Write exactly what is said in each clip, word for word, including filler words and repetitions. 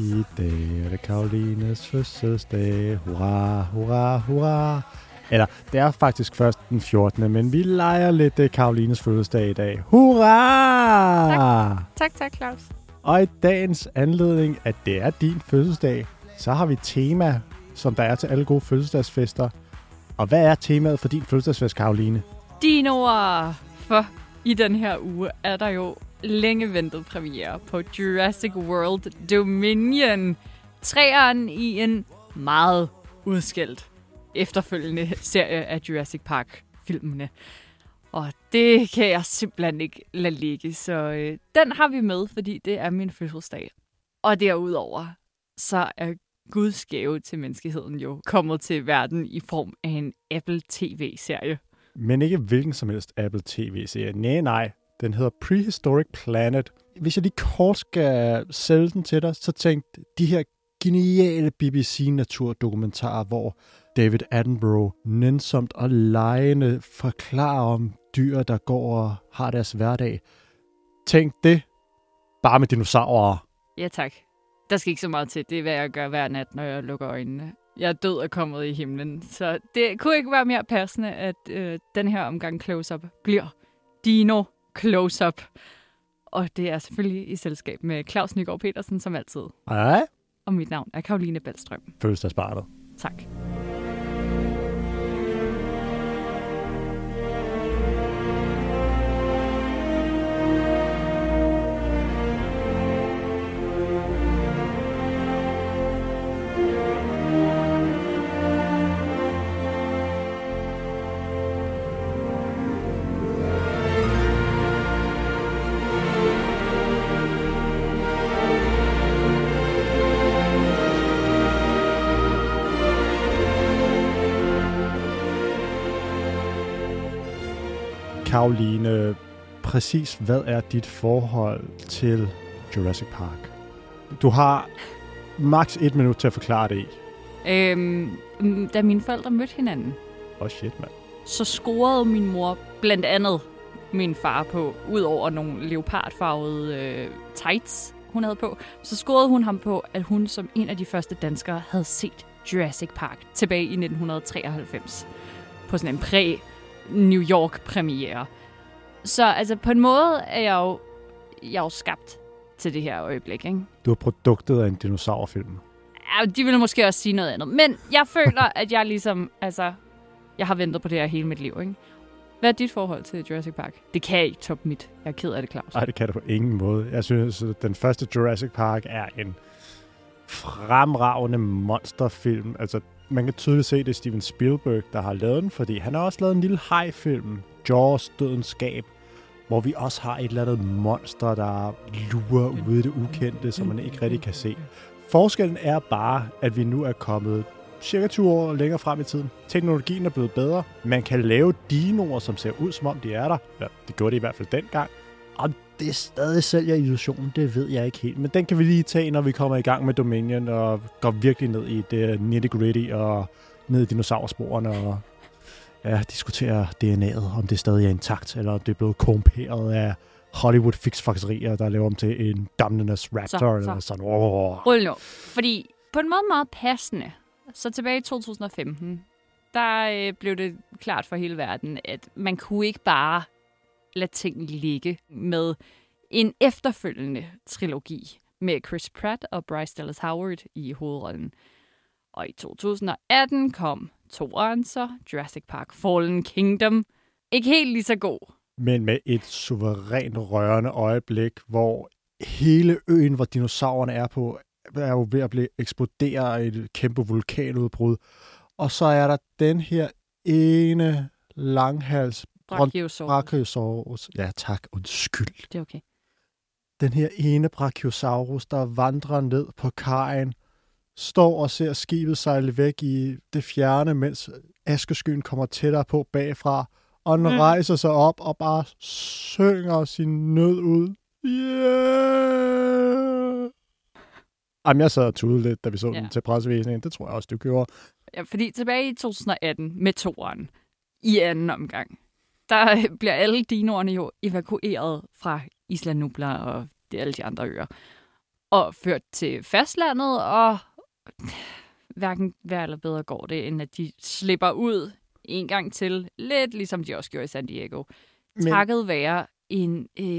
I dag er det Karolines fødselsdag. Hurra, hurra, hurra. Eller, det er faktisk først den fjortende men vi leger lidt det Karolines fødselsdag i dag. Hurra! Tak, tak, tak Claus. Og i dagens anledning, at det er din fødselsdag, så har vi et tema, som der er til alle gode fødselsdagsfester. Og hvad er temaet for din fødselsdagsfest, Karoline? Dinoer! For i den her uge er der jo længe ventet premiere på Jurassic World Dominion. Træeren i en meget udskældt efterfølgende serie af Jurassic Park-filmene. Og det kan jeg simpelthen ikke lade ligge, så øh, den har vi med, fordi det er min fødselsdag. Og derudover, så er Guds gave til menneskeheden jo kommet til verden i form af en Apple T V-serie. Men ikke hvilken som helst Apple T V-serie. Nej, nej. Den hedder Prehistoric Planet. Hvis jeg lige kort skal sælge den til dig, så tænk de her geniale B B C-naturdokumentarer, hvor David Attenborough nænsomt og legende forklarer om dyr, der går og har deres hverdag. Tænk det, bare med dinosaurer. Ja tak. Der skal ikke så meget til. Det er, hvad jeg gør hver nat, når jeg lukker øjnene. Jeg er død og kommet i himlen. Så det kunne ikke være mere passende, at øh, den her omgang close-up bliver Dino Close-up. Og det er selvfølgelig i selskab med Claus Nygaard Petersen, som altid. Hej. Og mit navn er Karoline Bælstrøm. Fødselsdagsbarnet. Tak. Karoline, præcis hvad er dit forhold til Jurassic Park? Du har maks et minut til at forklare det i. Øhm, da mine forældre mødte hinanden, Åh oh shit, mand. så scorede min mor blandt andet min far på, ud over nogle leopardfarvede øh, tights, hun havde på, så scorede hun ham på, at hun som en af de første danskere havde set Jurassic Park tilbage i nitten treoghalvfems på sådan en præ New York-premiere. Så altså, på en måde er jeg jo, jeg er jo skabt til det her øjeblik, ikke? Du er produktet af en dinosaurfilm. Ja, de ville måske også sige noget andet. Men jeg føler, at jeg ligesom, altså, jeg har ventet på det her hele mit liv, ikke? Hvad er dit forhold til Jurassic Park? Det kan ikke toppe mit. Jeg er ked af det, Claus. Nej, det kan det på ingen måde. Jeg synes, at den første Jurassic Park er en fremragende monsterfilm. Altså, man kan tydeligt se, det er Steven Spielberg, der har lavet den, fordi han har også lavet en lille hajfilm, Jaws, Dødens Skab, hvor vi også har et eller andet monster, der lurer ude i det ukendte, som man ikke rigtig kan se. Forskellen er bare, at vi nu er kommet cirka tyve år længere frem i tiden. Teknologien er blevet bedre. Man kan lave dinoer, som ser ud, som om de er der. Ja, det gjorde de i hvert fald dengang. Og det er stadig sælger illusionen, det ved jeg ikke helt. Men den kan vi lige tage, når vi kommer i gang med Dominion og går virkelig ned i det nitty-gritty og ned i dinosaursporene og ja, diskutere D N A'et, om det stadig er intakt, eller om det er blevet korrumperet af Hollywood fixfakserier, der laver om til en Dominus Raptor. Så, så. Eller sådan. Oh. Rul nu. Fordi på en måde meget passende, så tilbage i to tusind og femten, der øh, blev det klart for hele verden, at man kunne ikke bare lade ting ligge med en efterfølgende trilogi med Chris Pratt og Bryce Dallas Howard i hovedrollen. Og i to tusind og atten kom toeren så, Jurassic Park Fallen Kingdom. Ikke helt lige så god. Men med et suverænt rørende øjeblik, hvor hele øen, hvor dinosaurerne er på, er jo ved at blive eksploderet af et kæmpe vulkanudbrud. Og så er der den her ene langhals Brachiosaurus. Brachiosaurus. Ja, tak. Undskyld. Det er okay. Den her ene Brachiosaurus, der vandrer ned på kajen, står og ser skibet sejle væk i det fjerne, mens askeskyen kommer tættere på bagfra, og den mm. rejser sig op og bare synger sin nød ud. Yeah! Jamen, jeg sad og tudede lidt, da vi så ja. den til pressevisningen. Det tror jeg også, du gjorde. Ja, fordi tilbage i to tusind og atten med toeren i anden omgang, der bliver alle dinoerne jo evakueret fra Isla Nublar og det alle de andre øer. og ført til fastlandet, og hverken værre eller bedre går det, end at de slipper ud en gang til, lidt ligesom de også gjorde i San Diego. Men... takket være en øh,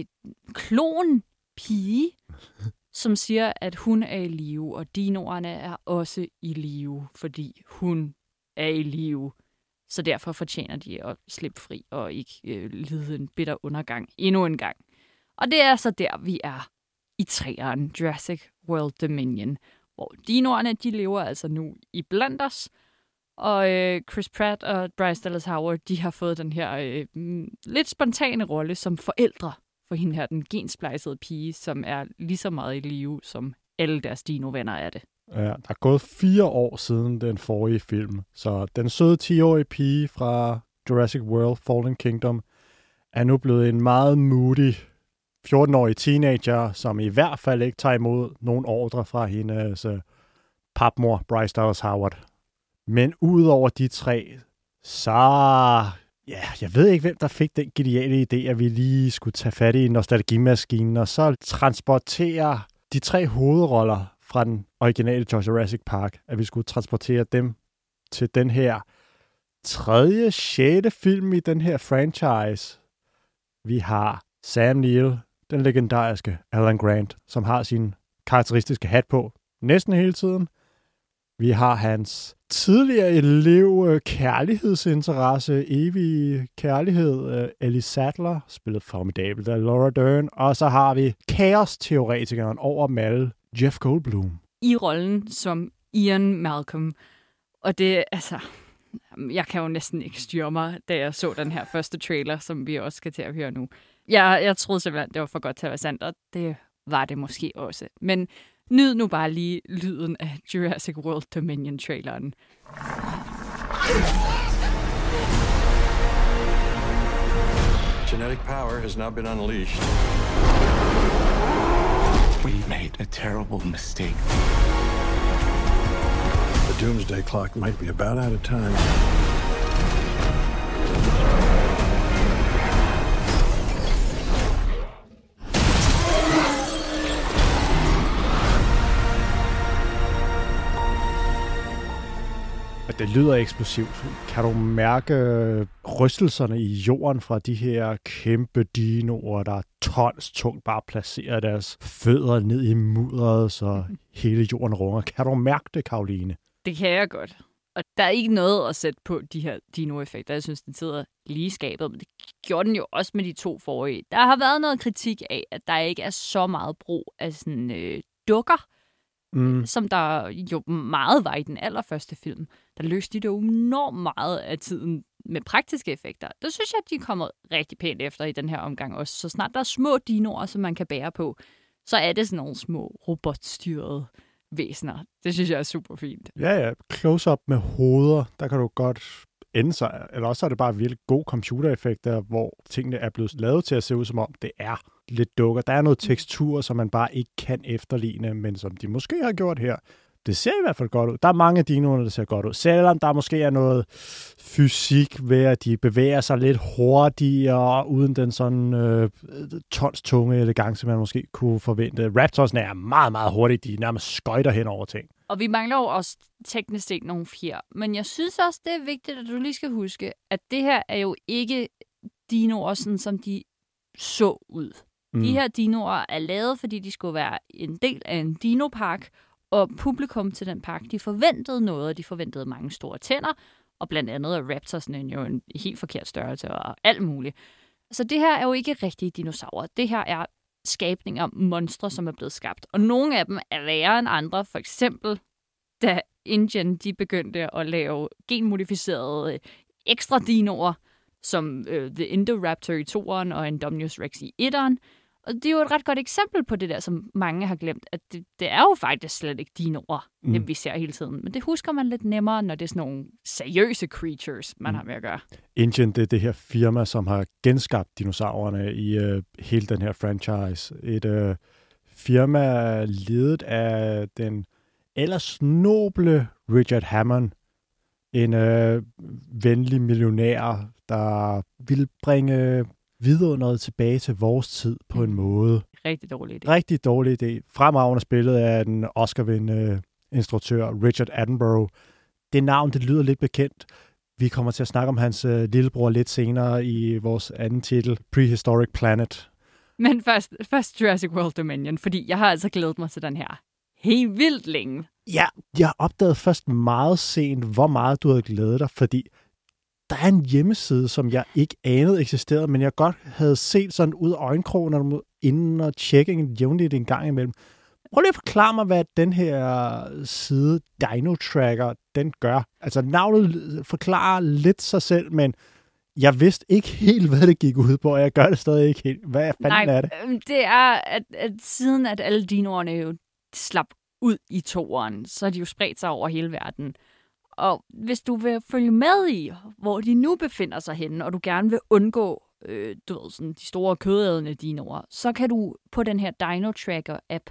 klonpige, som siger, at hun er i live, og dinoerne er også i live, fordi hun er i live. Så derfor fortjener de at slippe fri og ikke øh, lide en bitter undergang endnu en gang. Og det er så der, vi er i treeren, Jurassic World Dominion, hvor dinoerne, de lever altså nu i blandt os, og øh, Chris Pratt og Bryce Dallas Howard, de har fået den her øh, lidt spontane rolle som forældre for hende her, den gensplejsede pige, som er lige så meget i live, som alle deres dino-venner er det. Ja, der er gået fire år siden den forrige film, så den søde ti-årige pige fra Jurassic World Fallen Kingdom er nu blevet en meget moody fjorten-årig teenager, som i hvert fald ikke tager imod nogen ordre fra hendes uh, papmor, Bryce Dallas Howard. Men udover de tre, så... ja, jeg ved ikke, hvem der fik den geniale idé, at vi lige skulle tage fat i nostalgimaskinen, og så transportere de tre hovedroller fra den originale Jurassic Park, at vi skulle transportere dem til den her tredje, sjette film i den her franchise. Vi har Sam Neill, den legendariske Alan Grant, som har sin karakteristiske hat på næsten hele tiden. Vi har hans tidligere elev, kærlighedsinteresse, evig kærlighed, Ellie Sattler, spillet formidabelt af Laura Dern. Og så har vi kaos-teoretikeren over dem alle, Jeff Goldblum. I rollen som Ian Malcolm. Og det, altså, jeg kan jo næsten ikke styre mig, da jeg så den her første trailer, som vi også skal til at høre nu. Jeg, jeg troede simpelthen, det var for godt til at være sandt, og det var det måske også. Men nyd nu bare lige lyden af Jurassic World Dominion-traileren. Genetic power has now been unleashed. We made a terrible mistake. The doomsday clock might be about out of time. Det lyder eksplosivt. Kan du mærke rystelserne i jorden fra de her kæmpe dinoer, der er tons tungt bare placerer deres fødder ned i mudderet, så hele jorden runger? Kan du mærke det, Karoline? Det kan jeg godt. Og der er ikke noget at sætte på de her dino-effekter. Jeg synes, den sidder lige i skabet, men det gjorde den jo også med de to forrige. Der har været noget kritik af, at der ikke er så meget brug af sådan øh, dukker, Mm. som der jo meget var i den allerførste film. Der løste de det jo enormt meget af tiden med praktiske effekter. Det synes jeg, at de er kommet rigtig pænt efter i den her omgang også. Så snart der er små dinoer, som man kan bære på, så er det sådan nogle små robotstyrede væsener. Det synes jeg er super fint. Ja, ja. Close-up med hoveder, der kan du godt ende sig. Eller også er det bare virkelig gode computereffekter, hvor tingene er blevet lavet til at se ud som om, det er lidt dukker. Der er noget tekstur, som man bare ikke kan efterligne, men som de måske har gjort her. Det ser i hvert fald godt ud. Der er mange af dinoerne, der ser godt ud. Selvom der måske er noget fysik ved, at de bevæger sig lidt hurtigere, uden den sådan øh, tons tunge elegance, man måske kunne forvente. Raptorsne er meget, meget hurtige. De nærmest skøjter hen over ting. Og vi mangler jo også teknisk set nogle fjer. Men jeg synes også, det er vigtigt, at du lige skal huske, at det her er jo ikke dinoer, sådan som de så ud. Mm. De her dinoer er lavet, fordi de skulle være en del af en dinopark, og publikum til den park, de forventede noget, og de forventede mange store tænder, og blandt andet er raptorsne jo en helt forkert størrelse og alt muligt. Så det her er jo ikke rigtige dinosaurer. Det her er skabninger, monstre, som er blevet skabt. Og nogle af dem er værre end andre. For eksempel, da InGen de begyndte at lave genmodificerede ekstra dinoer, som øh, The Indoraptor i toeren og Indominus Rex i etteren. Og det er jo et ret godt eksempel på det der, som mange har glemt, at det, det er jo faktisk slet ikke dinoer, mm. dem vi ser hele tiden. Men det husker man lidt nemmere, når det er sådan nogle seriøse creatures, man mm. har med at gøre. InGen, det er det her firma, som har genskabt dinosaurerne i øh, hele den her franchise. Et øh, firma ledet af den ellers noble Richard Hammond, en øh, venlig millionær, der ville bringe vidunderet tilbage til vores tid på en måde. Rigtig dårlig idé. Rigtig dårlig idé. Fremragende spillet af den Oscar-vindende instruktør Richard Attenborough. Det navn, det lyder lidt bekendt. Vi kommer til at snakke om hans øh, lillebror lidt senere i vores anden titel, Prehistoric Planet. Men først, først Jurassic World Dominion, fordi jeg har altså glædet mig til den her helt vildt længe. Ja, jeg opdagede først meget sent, hvor meget du havde glædet dig, fordi der er en hjemmeside, som jeg ikke anede eksisterede, men jeg godt havde set sådan ud af øjenkrogen inden og tjekke jævnligt en gang imellem. Prøv lige at forklare mig, hvad den her side Dino Tracker, den gør. Altså navnet forklarer lidt sig selv, men jeg vidste ikke helt, hvad det gik ud på, og jeg gør det stadig ikke helt. Hvad fanden Nej, er det? det er, at, at siden at alle dinoerne jo slap ud i toeren, så er de jo spredt sig over hele verden. Og hvis du vil følge med i, hvor de nu befinder sig henne, og du gerne vil undgå øh, du ved, sådan, de store kødædende dinoer, så kan du på den her Dino Tracker-app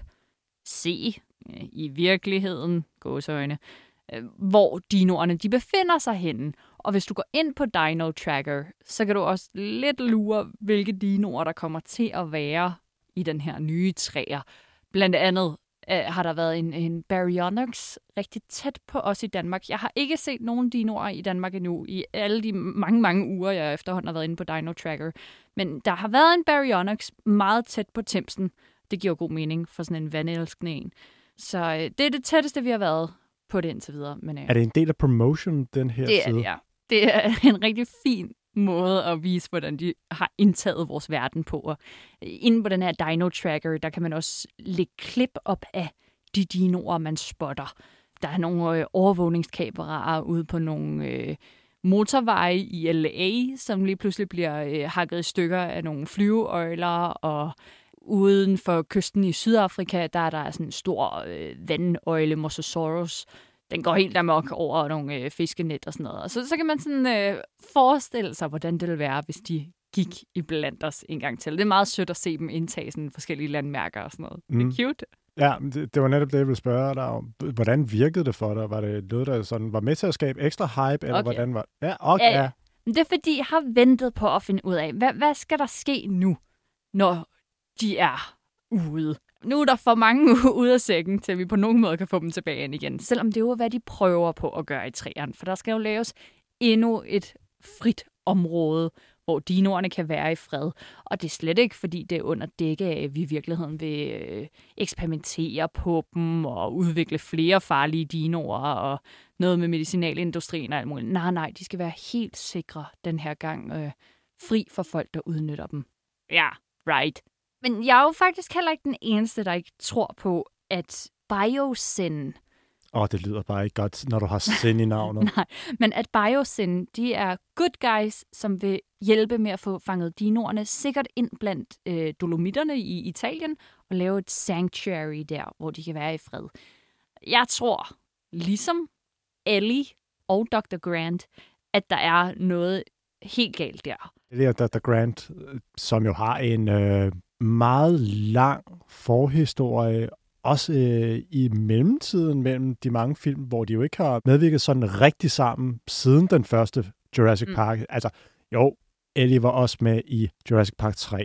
se øh, i virkeligheden, gåseøjne, øh, hvor dinoerne de befinder sig henne. Og hvis du går ind på Dino Tracker, så kan du også lidt lure, hvilke dinoer der kommer til at være i den her nye træer. Blandt andet øh, har der været en, en Baryonyx rigtig tæt på os i Danmark. Jeg har ikke set nogen dinoer i Danmark endnu, i alle de mange, mange uger, jeg efterhånden har været inde på Dino Tracker. Men der har været en Baryonyx meget tæt på Themsen. Det giver god mening for sådan en vandelskende en. Så øh, det er det tætteste, vi har været på det indtil videre. Men, øh, er det en del af promotion, den her det side? Er det, ja. Det er en rigtig fin måde at vise, hvordan de har indtaget vores verden på. Og inde på den her Dino Tracker, der kan man også lægge klip op af de dinoer, man spotter. Der er nogle øh, overvågningskameraer ude på nogle øh, motorveje i L A, som lige pludselig bliver øh, hakket i stykker af nogle flyveøjler, og uden for kysten i Sydafrika, der er der sådan en stor øh, vandøjle, Mosasaurus. Den går helt amok over nogle øh, fiskenet og sådan noget. Og så, så kan man sådan øh, forestille sig, hvordan det ville være, hvis de gik i blandt os en gang til. Det er meget sødt at se dem indtage sådan forskellige landmærker og sådan noget. Mm. Det er cute. Ja, det, det var netop det, jeg ville spørge dig om. Hvordan virkede det for dig? Var det noget, der sådan var med til at skabe ekstra hype, eller okay. hvordan var det? Ja, okay. Ja, ja. Det er fordi, jeg har ventet på at finde ud af, hvad, hvad skal der ske nu, når de er ude? Nu er der for mange ude af sækken, til vi på nogen måde kan få dem tilbage ind igen. Selvom det er jo, hvad de prøver på at gøre i træerne. For der skal jo laves endnu et frit område, hvor dinoerne kan være i fred. Og det er slet ikke, fordi det er under dække af, at vi i virkeligheden vil øh, eksperimentere på dem og udvikle flere farlige dinoer og noget med medicinalindustrien og alt muligt. Nej, nej, de skal være helt sikre den her gang. Øh, fri for folk, der udnytter dem. Ja, right. Men jeg er jo faktisk heller ikke den eneste, der ikke tror på, at Biosyn... Åh, oh, det lyder bare ikke godt, når du har Sin i navnet. Nej, men at Biosyn, de er good guys, som vil hjælpe med at få fanget dinoerne sikkert ind blandt øh, dolomitterne i Italien og lave et sanctuary der, hvor de kan være i fred. Jeg tror, ligesom Ellie og doktor Grant, at der er noget helt galt der. Det er doktor Grant, som jo har en øh, meget lang forhistorie, også øh, i mellemtiden mellem de mange film, hvor de jo ikke har medvirket sådan rigtig sammen siden den første Jurassic Park. Mm. Altså, jo, Ellie var også med i Jurassic Park tre,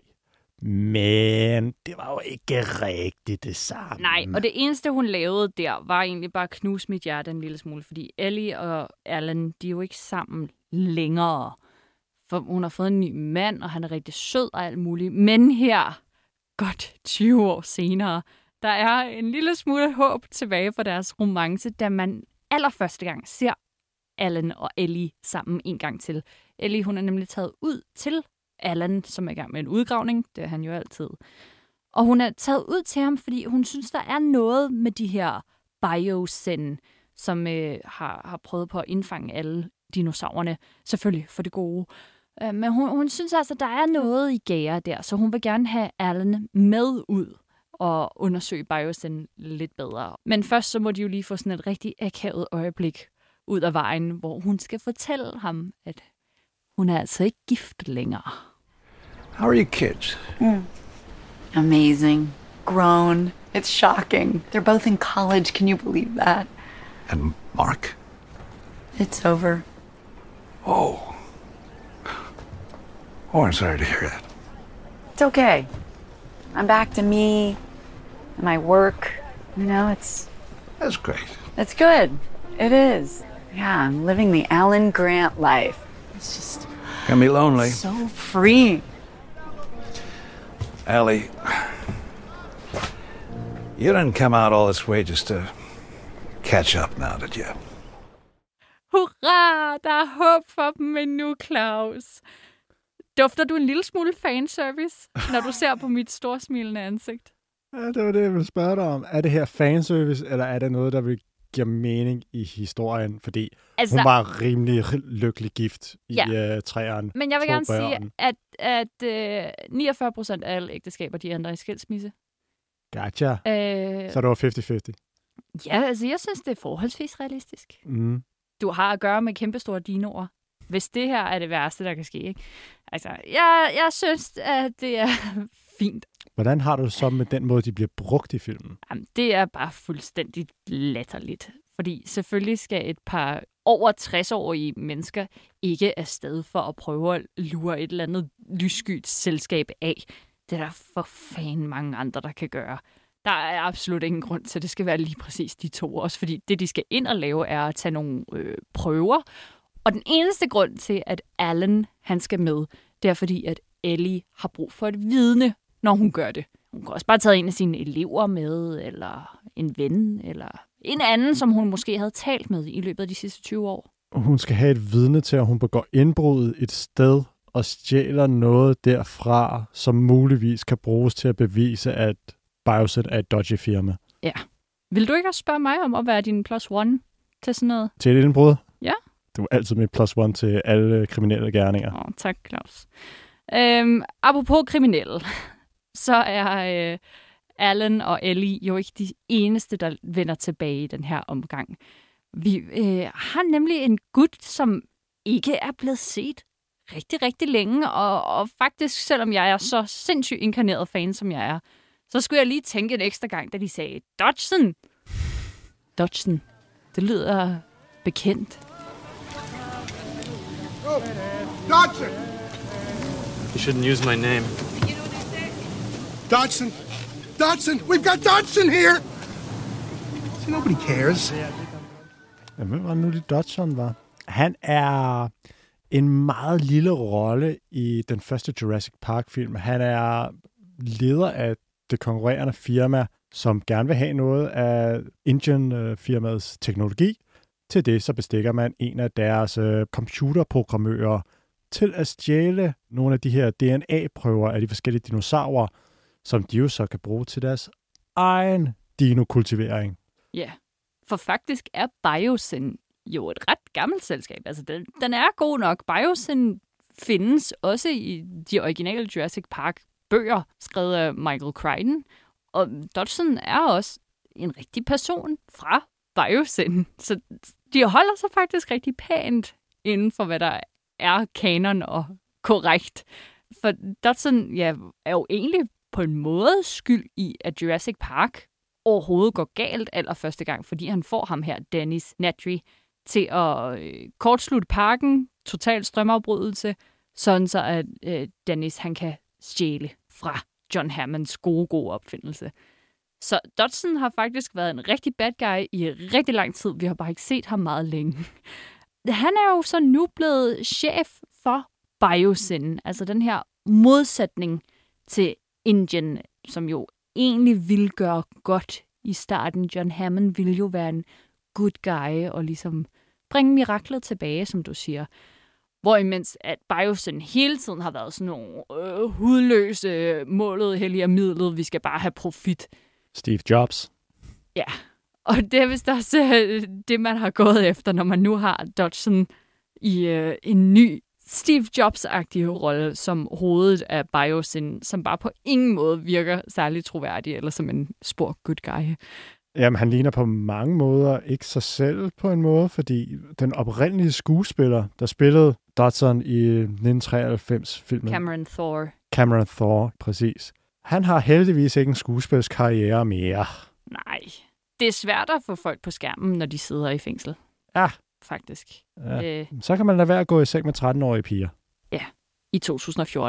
men det var jo ikke rigtigt det samme. Nej, og det eneste, hun lavede der, var egentlig bare at knuse mit hjerte en lille smule, fordi Ellie og Alan, de er jo ikke sammen længere. For hun har fået en ny mand, og han er rigtig sød og alt muligt. Men her, godt tyve år senere, der er en lille smule håb tilbage for deres romance, da man allerførste gang ser Alan og Ellie sammen en gang til. Ellie, hun er nemlig taget ud til Alan, som er i gang med en udgravning. Det er han jo altid. Og hun er taget ud til ham, fordi hun synes, der er noget med de her Biosyn, som øh, har, har prøvet på at indfange alle dinosaurerne. Selvfølgelig for det gode. Øh, men hun, hun synes altså, der er noget i gære der, så hun vil gerne have Alan med ud og undersøge Biosyn lidt bedre. Men først så må de jo lige få sådan et rigtig akavet øjeblik ud af vejen, hvor hun skal fortælle ham, at hun er altså ikke gift længere. How are your kids? Mm. Amazing. Grown. It's shocking. They're both in college. Can you believe that? And Mark? It's over. Oh. Oh, I'm sorry to hear that. It's okay. I'm back to me and my work. You know, it's... That's great. It's good. It is. Yeah, I'm living the Alan Grant life. It's just... Can be lonely. so free. Allie, you didn't come out all this way just to catch up now, did you? Hurra! Der er håb for dem endnu, Claus. Dufter du en lille smule fanservice, når du ser på mit storsmilende ansigt? Ja, det var det, jeg ville spørge dig om. Er det her fanservice, eller er det noget, der vil give mening i historien? Fordi altså, hun var rimelig lykkelig gift i ja. uh, træerne. Men jeg vil gerne børn. sige, at, at uh, niogfyrre procent af alle ægteskaber, de ender i skilsmisse. Gotcha. Øh, Så det var halvtreds halvtreds? Ja, altså jeg synes, det er forholdsvis realistisk. Mm. Du har at gøre med kæmpestore dinoer. Hvis det her er det værste, der kan ske, ikke? Altså, jeg, jeg synes, at det er fint. Hvordan har du så med den måde, de bliver brugt i filmen? Jamen, det er bare fuldstændig latterligt. Fordi selvfølgelig skal et par over tres-årige mennesker ikke afsted for at prøve at lure et eller andet lysskyt selskab af. Det er der for fanden mange andre, der kan gøre. Der er absolut ingen grund til, at det skal være lige præcis de to. Også fordi det, de skal ind og lave, er at tage nogle øh, prøver. Og den eneste grund til, at Alan han skal med, det er fordi, at Ellie har brug for et vidne, når hun gør det. Hun kan også bare tage en af sine elever med, eller en ven, eller en anden, som hun måske havde talt med i løbet af de sidste tyve år. Hun skal have et vidne til, at hun begår indbrud et sted og stjæler noget derfra, som muligvis kan bruges til at bevise, at Biosyn er et dodgy firma. Ja. Vil du ikke også spørge mig om at være din plus one til sådan noget? Til et indbrud? Ja. Du er altid mit plus one til alle kriminelle gerninger. Åh, tak, Claus. Øhm, apropos kriminelle, så er øh, Alan og Ellie jo ikke de eneste, der vender tilbage i den her omgang. Vi øh, har nemlig en gut, som ikke er blevet set rigtig, rigtig længe, og, og faktisk, selvom jeg er så sindssygt inkarneret fan, som jeg er, så skulle jeg lige tænke en ekstra gang, da de sagde, Dodgson! Dodgson. Det lyder bekendt. Oh, Dodgson! You shouldn't use my name. Dodgson! Dodgson! We've got Dodgson here! See, nobody cares. Ja, hvem var nu det Dodgson var? Han er en meget lille rolle i den første Jurassic Park-film. Han er leder af det konkurrerende firma, som gerne vil have noget af Ingen-firmaets teknologi. Til det så bestikker man en af deres øh, computerprogrammører til at stjæle nogle af de her D N A-prøver af de forskellige dinosaurer, som de jo så kan bruge til deres egen dinokultivering. Ja, yeah. For faktisk er Biosyn jo et ret gammelt selskab. Altså, den, den er god nok. Biosyn findes også i de originale Jurassic Park-bøger, skrevet af Michael Crichton. Og Dodgson er også en rigtig person fra Biosyn. Så de holder sig faktisk rigtig pænt inden for, hvad der er kanon og korrekt. For Dodgson ja, er jo egentlig på en måde skyld i, at Jurassic Park overhovedet går galt allerførste gang, fordi han får ham her, Dennis Nedry, til at øh, kortslutte parken, total strømafbrydelse, sådan så at øh, Dennis han kan stjæle fra John Hammonds gode, gode opfindelse. Så Dodgson har faktisk været en rigtig bad guy i rigtig lang tid. Vi har bare ikke set ham meget længe. Han er jo så nu blevet chef for Biosyn, altså den her modsætning til Ingen, som jo egentlig ville gøre godt i starten. John Hammond ville jo være en good guy og ligesom bringe miraklet tilbage, som du siger. Hvor imens at Biosyn hele tiden har været sådan nogle øh, hudløse, målet, hellige og midlet, vi skal bare have profit. Steve Jobs. Ja, og det er vist også øh, det, man har gået efter, når man nu har Dodgson i øh, en ny Steve Jobs-agtig rolle som hovedet af Biosyn, som bare på ingen måde virker særlig troværdig, eller som en spor good guy. Jamen, han ligner på mange måder ikke sig selv på en måde, fordi den oprindelige skuespiller, der spillede Dodgson i nitten treoghalvfems-filmen... Cameron Thor. Cameron Thor, præcis. Han har heldigvis ikke en skuespilskarriere mere. Nej, det er svært at få folk på skærmen, når de sidder i fængsel. Ja. Faktisk. Ja. Øh, Så kan man lade være at gå i seng med tretten-årige piger. Ja, i to tusind og fjorten.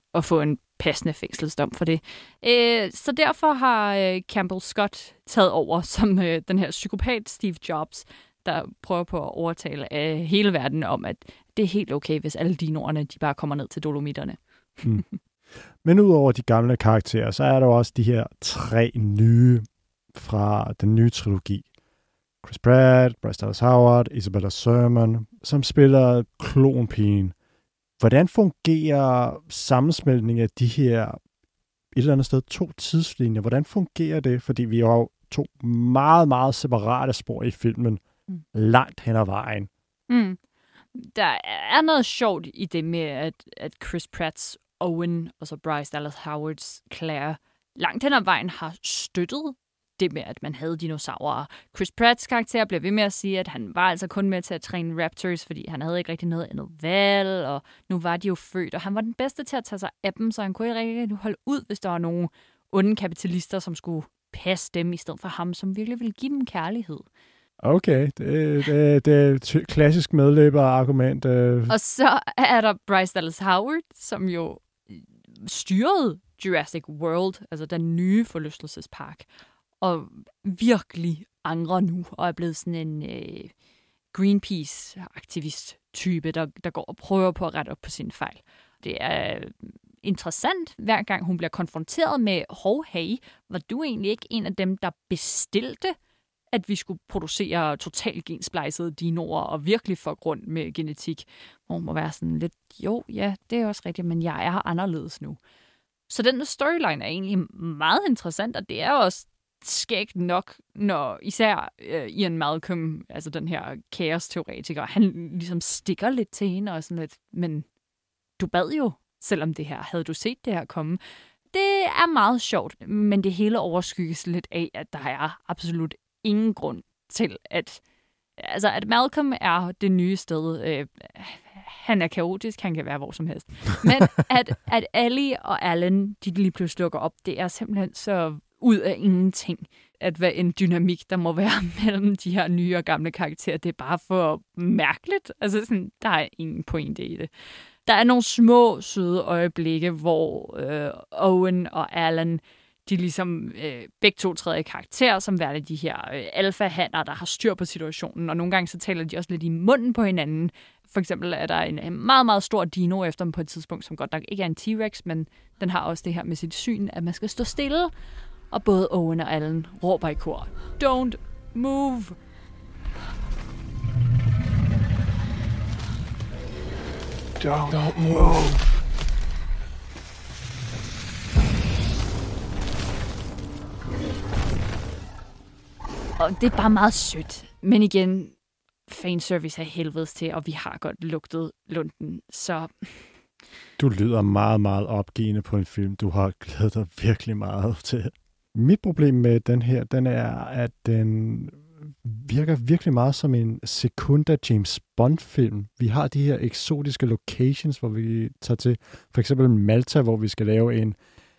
at få en passende fængselsdom for det. Øh, så derfor har øh, Campbell Scott taget over som øh, den her psykopat Steve Jobs, der prøver på at overtale af hele verden om, at det er helt okay, hvis alle dinoerne de bare kommer ned til Dolomitterne. Mm. Men udover de gamle karakterer, så er der også de her tre nye fra den nye trilogi. Chris Pratt, Bryce Dallas Howard, Isabella Sermon, som spiller klonpigen. Hvordan fungerer sammensmeltningen af de her et eller andet sted to tidslinjer? Hvordan fungerer det? Fordi vi har jo to meget, meget separate spor i filmen mm. langt hen ad vejen. Mm. Der er noget sjovt i det med, at, at Chris Pratts Owen og så Bryce Dallas Howards Claire langt hen ad vejen har støttet det med, at man havde dinosaurer. Chris Pratts karakter bliver ved med at sige, at han var altså kun med til at træne raptors, fordi han havde ikke rigtig noget andet valg, og nu var de jo født, og han var den bedste til at tage sig af dem, så han kunne ikke rigtig holde ud, hvis der var nogle onde kapitalister, som skulle passe dem, i stedet for ham, som virkelig ville give dem kærlighed. Okay, det, det, det er et klassisk medløber-argument. Og så er der Bryce Dallas Howard, som jo styrede Jurassic World, altså den nye forlystelsespark, og virkelig angrer nu, og er blevet sådan en øh, Greenpeace-aktivist-type, der, der går og prøver på at rette op på sine fejl. Det er interessant, hver gang hun bliver konfronteret med, hov, hey, var du egentlig ikke en af dem, der bestilte, at vi skulle producere totalt gensplejsede dinoer og virkelig få grund med genetik? Hvor hun må være sådan lidt, jo, ja, det er også rigtigt, men jeg er anderledes nu. Så den storyline er egentlig meget interessant, og det er også skægt nok, når især øh, Ian Malcolm, altså den her kaos-teoretiker, han ligesom stikker lidt til hende og sådan lidt, men du bad jo, selvom det her, havde du set det her komme? Det er meget sjovt, men det hele overskygges lidt af, at der er absolut ingen grund til, at altså at Malcolm er det nye sted. Øh, han er kaotisk, han kan være hvor som helst. Men at, at Ellie og Alan, de lige pludselig dukker op, det er simpelthen så ud af ingenting, at hvad en dynamik, der må være mellem de her nye og gamle karakterer, det er bare for mærkeligt. Altså sådan, der er ingen pointe i det. Der er nogle små, søde øjeblikke, hvor øh, Owen og Alan, de ligesom øh, begge to træder i karakter, som værende de her øh, alfa-hanner, der har styr på situationen, og nogle gange så taler de også lidt i munden på hinanden. For eksempel er der en, en meget, meget stor dino efter dem på et tidspunkt, som godt nok ikke er en T-Rex, men den har også det her med sit syn, at man skal stå stille, og både Owen og Alan råber i kor, don't move! Don't, Don't move. Og det er bare meget sødt. Men igen, fanservice er helvedes til, og vi har godt lugtet lunden, så... Du lyder meget, meget opgivende på en film. Du har glædet dig virkelig meget til. Mit problem med den her, den er, at den virker virkelig meget som en sekunda James Bond-film. Vi har de her eksotiske locations, hvor vi tager til for eksempel Malta, hvor vi skal lave en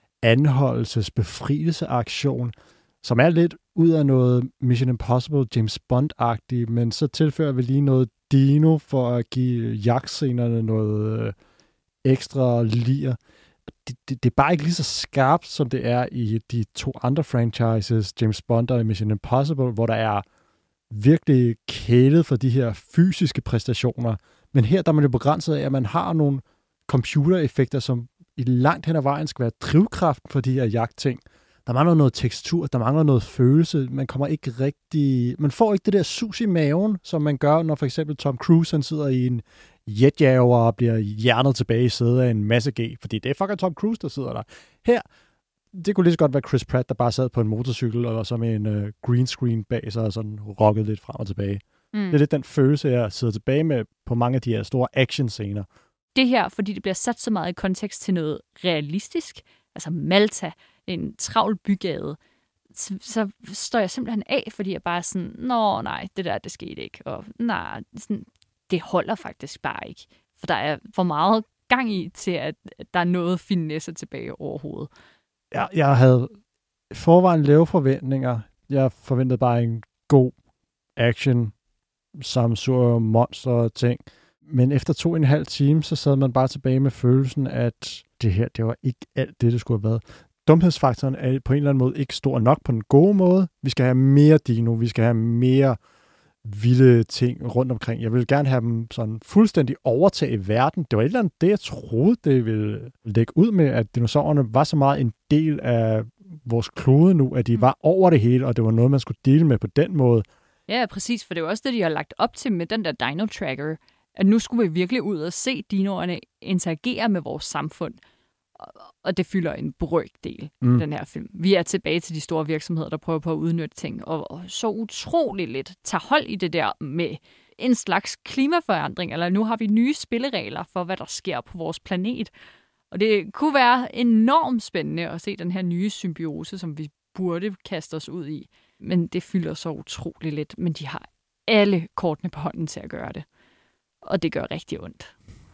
anholdelses-befrielseaktion, som er lidt ud af noget Mission Impossible James Bond-agtigt, men så tilføjer vi lige noget dino for at give jagtscenerne noget øh, ekstra lir. Det, det, det er bare ikke lige så skarpt, som det er i de to andre franchises, James Bond og Mission Impossible, hvor der er virkelig kælet for de her fysiske præstationer. Men her der er man jo begrænset af, at man har nogle computereffekter, som i langt hen ad vejen skal være drivkraften for de her jagtting. Der mangler noget tekstur, der mangler noget følelse. Man kommer ikke rigtig... Man får ikke det der sus i maven, som man gør, når for eksempel Tom Cruise han sidder i en jetjager og bliver hjernet tilbage i sædet af en masse G, fordi det er fucking Tom Cruise, der sidder der. Her, det kunne lige så godt være Chris Pratt, der bare sad på en motorcykel og så med en uh, green screen bag sig og sådan rocket lidt frem og tilbage. Mm. Det er lidt den følelse, jeg sidder tilbage med på mange af de her store action-scener. Det her, fordi det bliver sat så meget i kontekst til noget realistisk, altså Malta, en travl bygade, så, så står jeg simpelthen af, fordi jeg bare er sådan, nå nej, det der, det skete ikke, og nej, sådan, det holder faktisk bare ikke, for der er for meget gang i til, at der er noget finesse tilbage overhovedet. Ja, jeg havde forvejen lave forventninger. Jeg forventede bare en god action, samsur, monster ting. Men efter to og en halv time, så sad man bare tilbage med følelsen, at det her, det var ikke alt det, det skulle have været. Dumhedsfaktoren er på en eller anden måde ikke stor nok på den gode måde. Vi skal have mere dino, vi skal have mere vilde ting rundt omkring. Jeg vil gerne have dem sådan fuldstændig overtage verden. Det var et eller andet det, jeg troede, det ville lægge ud med, at dinosaurerne var så meget en del af vores klode nu, at de var over det hele, og det var noget, man skulle dele med på den måde. Ja, præcis, for det er jo også det, de har lagt op til med den der Dino Tracker, at nu skulle vi virkelig ud og se dinoerne interagere med vores samfund, og det fylder en brøkdel mm. den her film. Vi er tilbage til de store virksomheder, der prøver på at udnytte ting, og så utroligt lidt tager hold i det der med en slags klimaforandring, eller nu har vi nye spilleregler for, hvad der sker på vores planet. Og det kunne være enormt spændende at se den her nye symbiose, som vi burde kaste os ud i. Men det fylder så utroligt lidt, men de har alle kortene på hånden til at gøre det. Og det gør rigtig ondt.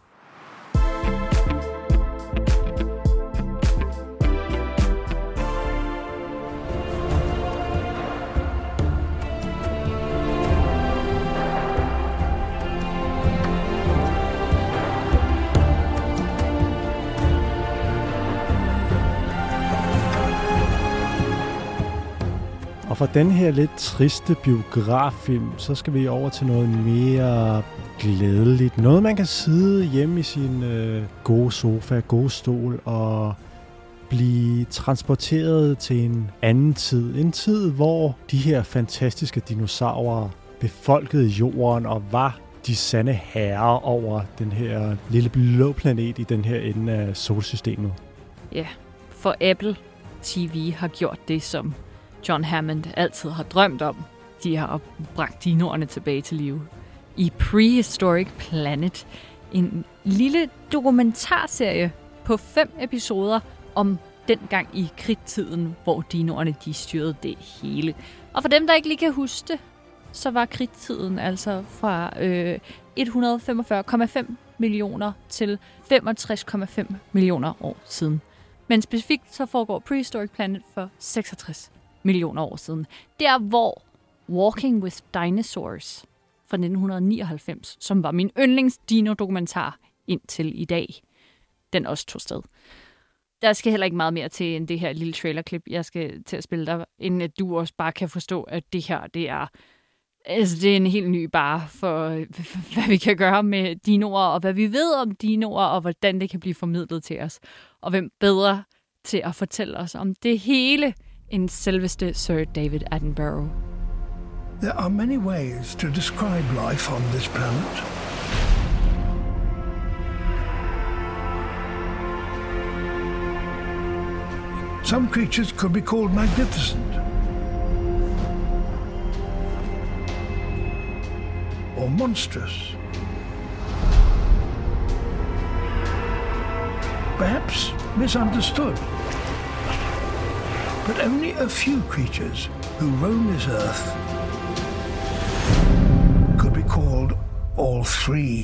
Og fra den her lidt triste biograffilm, så skal vi over til noget mere glædeligt. Noget, man kan sidde hjemme i sin øh, gode sofa, gode stol og blive transporteret til en anden tid. En tid, hvor de her fantastiske dinosaurer befolkede jorden og var de sande herrer over den her lille blå planet i den her ende af solsystemet. Ja, for Apple T V har gjort det, som John Hammond altid har drømt om. De har bragt dinoerne tilbage til live i Prehistoric Planet. En lille dokumentarserie på fem episoder om dengang i kridttiden, hvor dinoerne de styrede det hele. Og for dem, der ikke lige kan huske det, så var kridttiden altså fra øh, et hundrede og femogfyrre komma fem millioner til femogtres komma fem millioner år siden. Men specifikt så foregår Prehistoric Planet for seksogtres millioner år siden. Der hvor Walking with Dinosaurs fra nitten nioghalvfems, som var min yndlings dino-dokumentar indtil i dag, den også tog sted. Der skal heller ikke meget mere til end det her lille trailerklip, jeg skal til at spille dig, inden at du også bare kan forstå, at det her, det er, altså det er en helt ny bare for, hvad vi kan gøre med dinoer, og hvad vi ved om dinoer, og hvordan det kan blive formidlet til os. Og hvem bedre til at fortælle os om det hele, end selveste Sir David Attenborough. There are many ways to describe life on this planet. Some creatures could be called magnificent, or monstrous. Perhaps misunderstood. But only a few creatures who roam this earth could be called all three.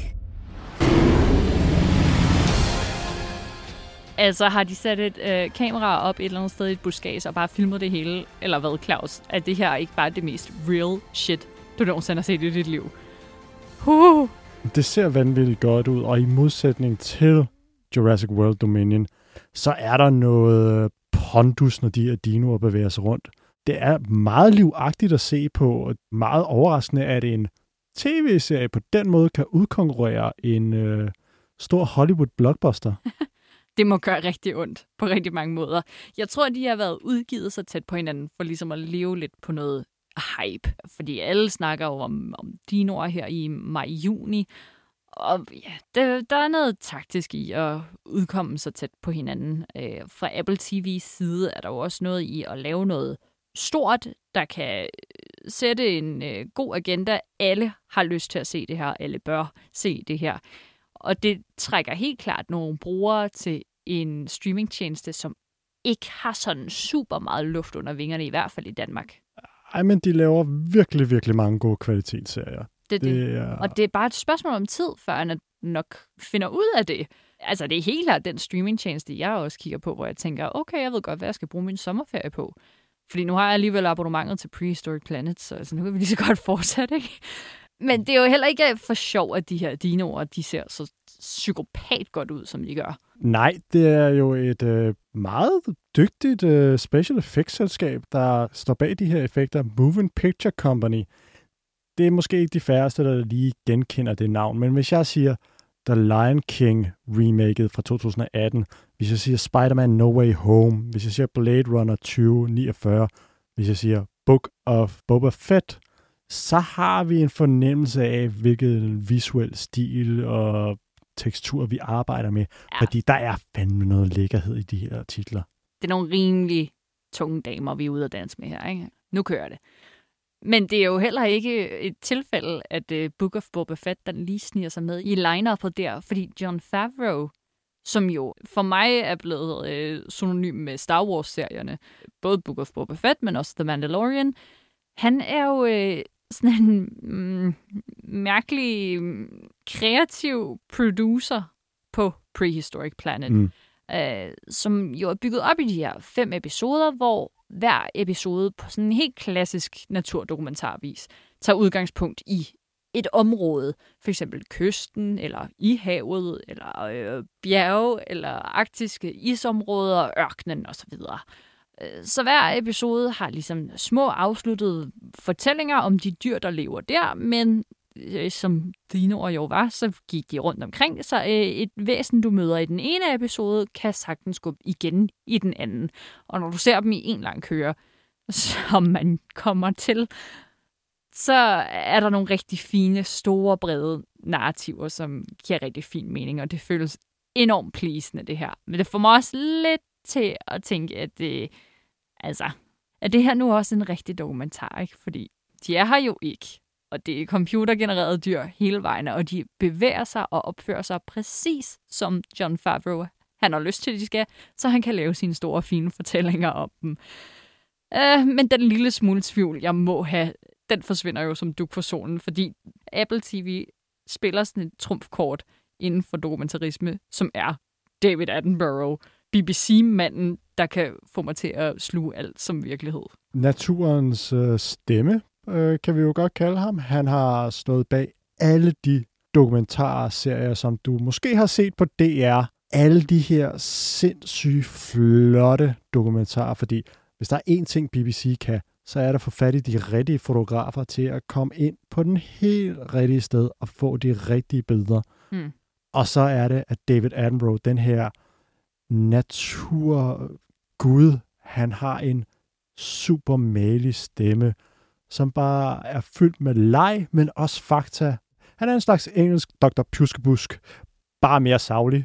Altså har de sat et øh, kamera op et eller andet sted i et buskads og bare filmet det hele, eller hvad, Claus? At det her er ikke bare det mest real shit, du nogensinde har set i dit liv? Uh. Det ser vanvittigt godt ud, og i modsætning til Jurassic World Dominion, så er der noget pondus, når de her dinoer bevæger sig rundt. Det er meget livagtigt at se på, og meget overraskende, at en tv-serie på den måde kan udkonkurrere en øh, stor Hollywood-blockbuster. Det må gøre rigtig ondt på rigtig mange måder. Jeg tror, de har været udgivet så tæt på hinanden, for ligesom at leve lidt på noget hype. Fordi alle snakker jo om, om dinoer her i maj-juni. Og ja, der, der er noget taktisk i at udkomme så tæt på hinanden. Øh, fra Apple T V's side er der jo også noget i at lave noget stort, der kan sætte en øh, god agenda. Alle har lyst til at se det her, alle bør se det her. Og det trækker helt klart nogle brugere til en streamingtjeneste, som ikke har sådan super meget luft under vingerne, i hvert fald i Danmark. Ej, men de laver virkelig, virkelig mange gode kvalitetsserier. Det, det. det er... Og det er bare et spørgsmål om tid, før han nok finder ud af det. Altså, det er helt klart den streamingtjeneste, jeg også kigger på, hvor jeg tænker, okay, jeg ved godt, hvad jeg skal bruge min sommerferie på. Fordi nu har jeg alligevel abonnementet til Prehistoric Planet, så altså, nu kan vi lige så godt fortsætte, ikke? Men det er jo heller ikke for sjov, at de her dinoer, de ser så psykopat godt ud, som de gør. Nej, det er jo et øh, meget dygtigt øh, special effects-selskab, der står bag de her effekter. Moving Picture Company. Det er måske ikke de færreste, der lige genkender det navn, men hvis jeg siger The Lion King remaket fra to tusind atten, hvis jeg siger Spider-Man No Way Home, hvis jeg siger Blade Runner tyve niogfyrre, hvis jeg siger Book of Boba Fett, så har vi en fornemmelse af, hvilken visuel stil og tekstur vi arbejder med, ja. Fordi der er fandme noget lækkerhed i de her titler. Det er nogle rimelig tunge damer, vi er ude at danse med her, ikke? Nu kører det. Men det er jo heller ikke et tilfælde, at uh, Book of Boba Fett, den lige sniger sig med i line-up'et der, fordi Jon Favreau, som jo for mig er blevet øh, synonym med Star Wars-serierne, både Book of Boba Fett, men også The Mandalorian, han er jo øh, sådan en mm, mærkelig, kreativ producer på Prehistoric Planet, mm. øh, som jo er bygget op i de her fem episoder, hvor hver episode på sådan en helt klassisk naturdokumentarvis tager udgangspunkt i et område, for eksempel kysten, eller i havet, eller øh, bjerge, eller arktiske isområder, ørkenen osv. Så hver episode har ligesom små afsluttede fortællinger om de dyr, der lever der, men øh, som dinoer jo var, så gik de rundt omkring, så øh, et væsen, du møder i den ene episode, kan sagtens gå igen i den anden. Og når du ser dem i en lang køre, som man kommer til, så er der nogle rigtig fine, store, brede narrativer, som giver rigtig fin mening, og det føles enormt pleasende, det her. Men det får mig også lidt til at tænke, at det, altså, at det her nu også en rigtig dokumentar, ikke? Fordi de er her jo ikke, og det er computergenererede dyr hele vejen, og de bevæger sig og opfører sig præcis som Jon Favreau, han har lyst til, at de skal, så han kan lave sine store, fine fortællinger om dem. Uh, men den lille smule tvivl, jeg må have, den forsvinder jo som dug for solen, fordi Apple T V spiller sådan et trumfkort inden for dokumentarisme, som er David Attenborough, B B C-manden, der kan få mig til at sluge alt som virkelighed. Naturens øh, stemme, øh, kan vi jo godt kalde ham. Han har stået bag alle de dokumentarserier, som du måske har set på D R. Alle de her sindssygt flotte dokumentarer, fordi hvis der er én ting, B B C kan, så er der at få fat i de rigtige fotografer til at komme ind på den helt rigtige sted og få de rigtige billeder. Mm. Og så er det, at David Attenborough, den her naturgud, han har en super malig stemme, som bare er fyldt med leg, men også fakta. Han er en slags engelsk doktor Pjuskebusk, bare mere saglig.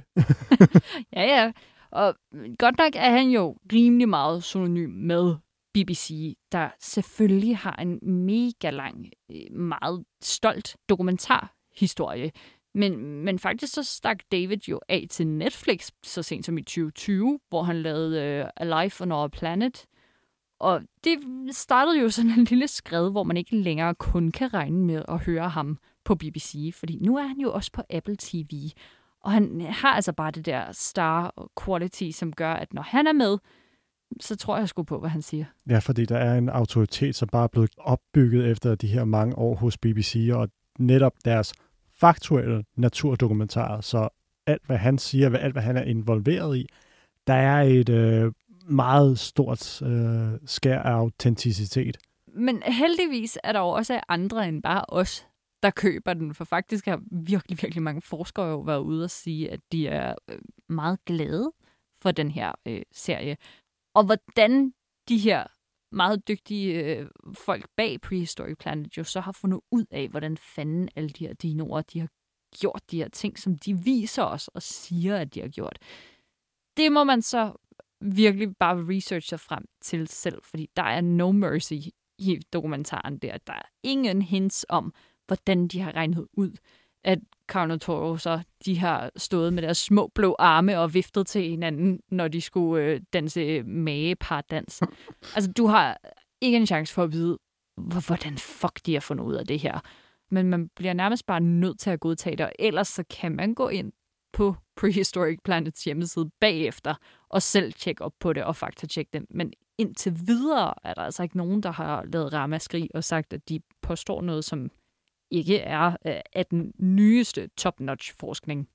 ja, ja. Og godt nok er han jo rimelig meget synonym med B B C, der selvfølgelig har en mega lang, meget stolt dokumentarhistorie. Men, men faktisk så stak David jo af til Netflix så sent som i tyve tyve, hvor han lavede uh, Alive on Our Planet. Og det startede jo sådan en lille skred, hvor man ikke længere kun kan regne med at høre ham på B B C, fordi nu er han jo også på Apple T V. Og han har altså bare det der star quality, som gør, at når han er med, så tror jeg sgu på, hvad han siger. Ja, fordi der er en autoritet, som bare er blevet opbygget efter de her mange år hos B B C, og netop deres faktuelle naturdokumentarer, så alt, hvad han siger, alt, hvad han er involveret i, der er et øh, meget stort øh, skær af autenticitet. Men heldigvis er der jo også andre end bare os, der køber den, for faktisk har virkelig, virkelig mange forskere jo været ude og sige, at de er meget glade for den her øh, serie. Og hvordan de her meget dygtige øh, folk bag Prehistoric Planet jo så har fundet ud af, hvordan fanden alle de her dinoer, de har gjort de her ting, som de viser os og siger, at de har gjort. Det må man så virkelig bare researche sig frem til selv, fordi der er no mercy i dokumentaren der. Der er ingen hints om, hvordan de har regnet ud, at Carnotaurus så de har stået med deres små blå arme og viftet til hinanden, når de skulle øh, danse magepardans. Altså, du har ikke en chance for at vide, hvordan fuck de har fundet ud af det her. Men man bliver nærmest bare nødt til at godtage det, og ellers så kan man gå ind på Prehistoric Planets hjemmeside bagefter og selv tjekke op på det og faktatjekke dem. Men indtil videre er der altså ikke nogen, der har lavet ramaskrig og sagt, at de påstår noget, som ikke er øh, af den nyeste top-notch forskning.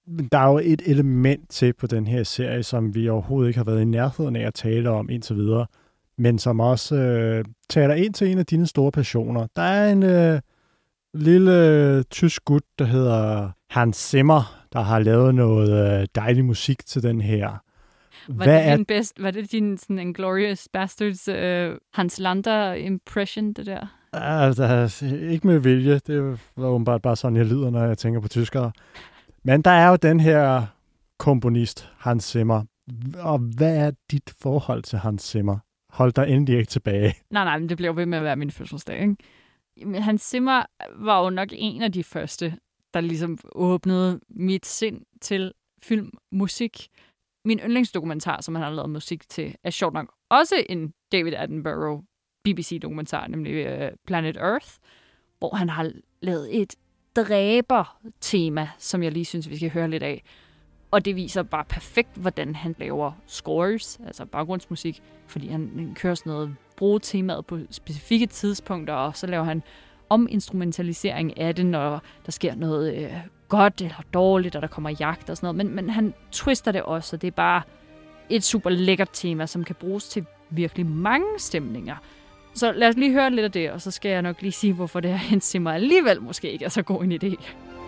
der er jo et element til på den her serie, som vi overhovedet ikke har været i nærheden af at tale om indtil videre, men som også øh, taler ind til en af dine store passioner. Der er en øh, lille øh, tysk gut, der hedder Hans Zimmer, der har lavet noget øh, dejlig musik til den her. Var Hvad det din er... bedst, var det din sådan Inglourious Basterds uh, Hans Lander impression, det der? Altså, ikke med vilje. Det var åbenbart bare sådan, jeg lyder, når jeg tænker på tyskere. Men der er jo den her komponist, Hans Zimmer. Og hvad er dit forhold til Hans Zimmer? Hold dig endelig ikke tilbage. Nej, nej, men det bliver ved med at være min fødselsdag, ikke? Men Hans Zimmer var jo nok en af de første, der ligesom åbnede mit sind til filmmusik. Min yndlingsdokumentar, som han har lavet musik til, er sjovt nok også en David Attenborough B B C-dokumentar, nemlig uh, Planet Earth, hvor han har lavet et dræber-tema, som jeg lige synes, vi skal høre lidt af. Og det viser bare perfekt, hvordan han laver scores, altså baggrundsmusik, fordi han, han kører sådan noget, bruger temaet på specifikke tidspunkter, og så laver han ominstrumentalisering af det, når der sker noget øh, godt eller dårligt, og der kommer jagt og sådan noget. Men, men han twister det også, og det er bare et super lækkert tema, som kan bruges til virkelig mange stemninger. Så lad os lige høre lidt af det, og så skal jeg nok lige sige, hvorfor det her Hans Zimmer alligevel måske ikke er så god en idé.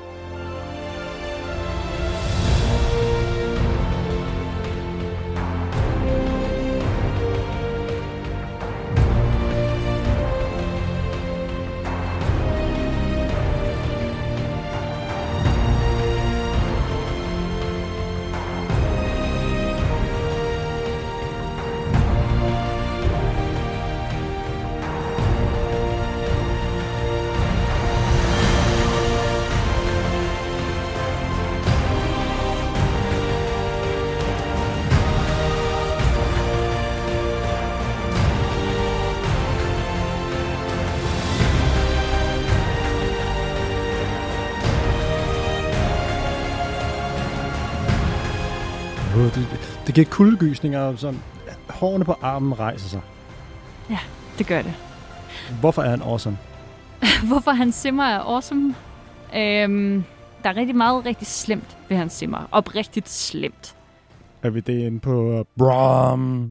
Det, det giver kuldegysninger, som hårene på armen rejser sig. Ja, det gør det. Hvorfor er han awesome? Hvorfor Hans Zimmer er awesome? Øhm, der er rigtig meget rigtig slemt ved Hans Zimmer. Oprigtigt slemt. Er vi det inde på uh, Brom?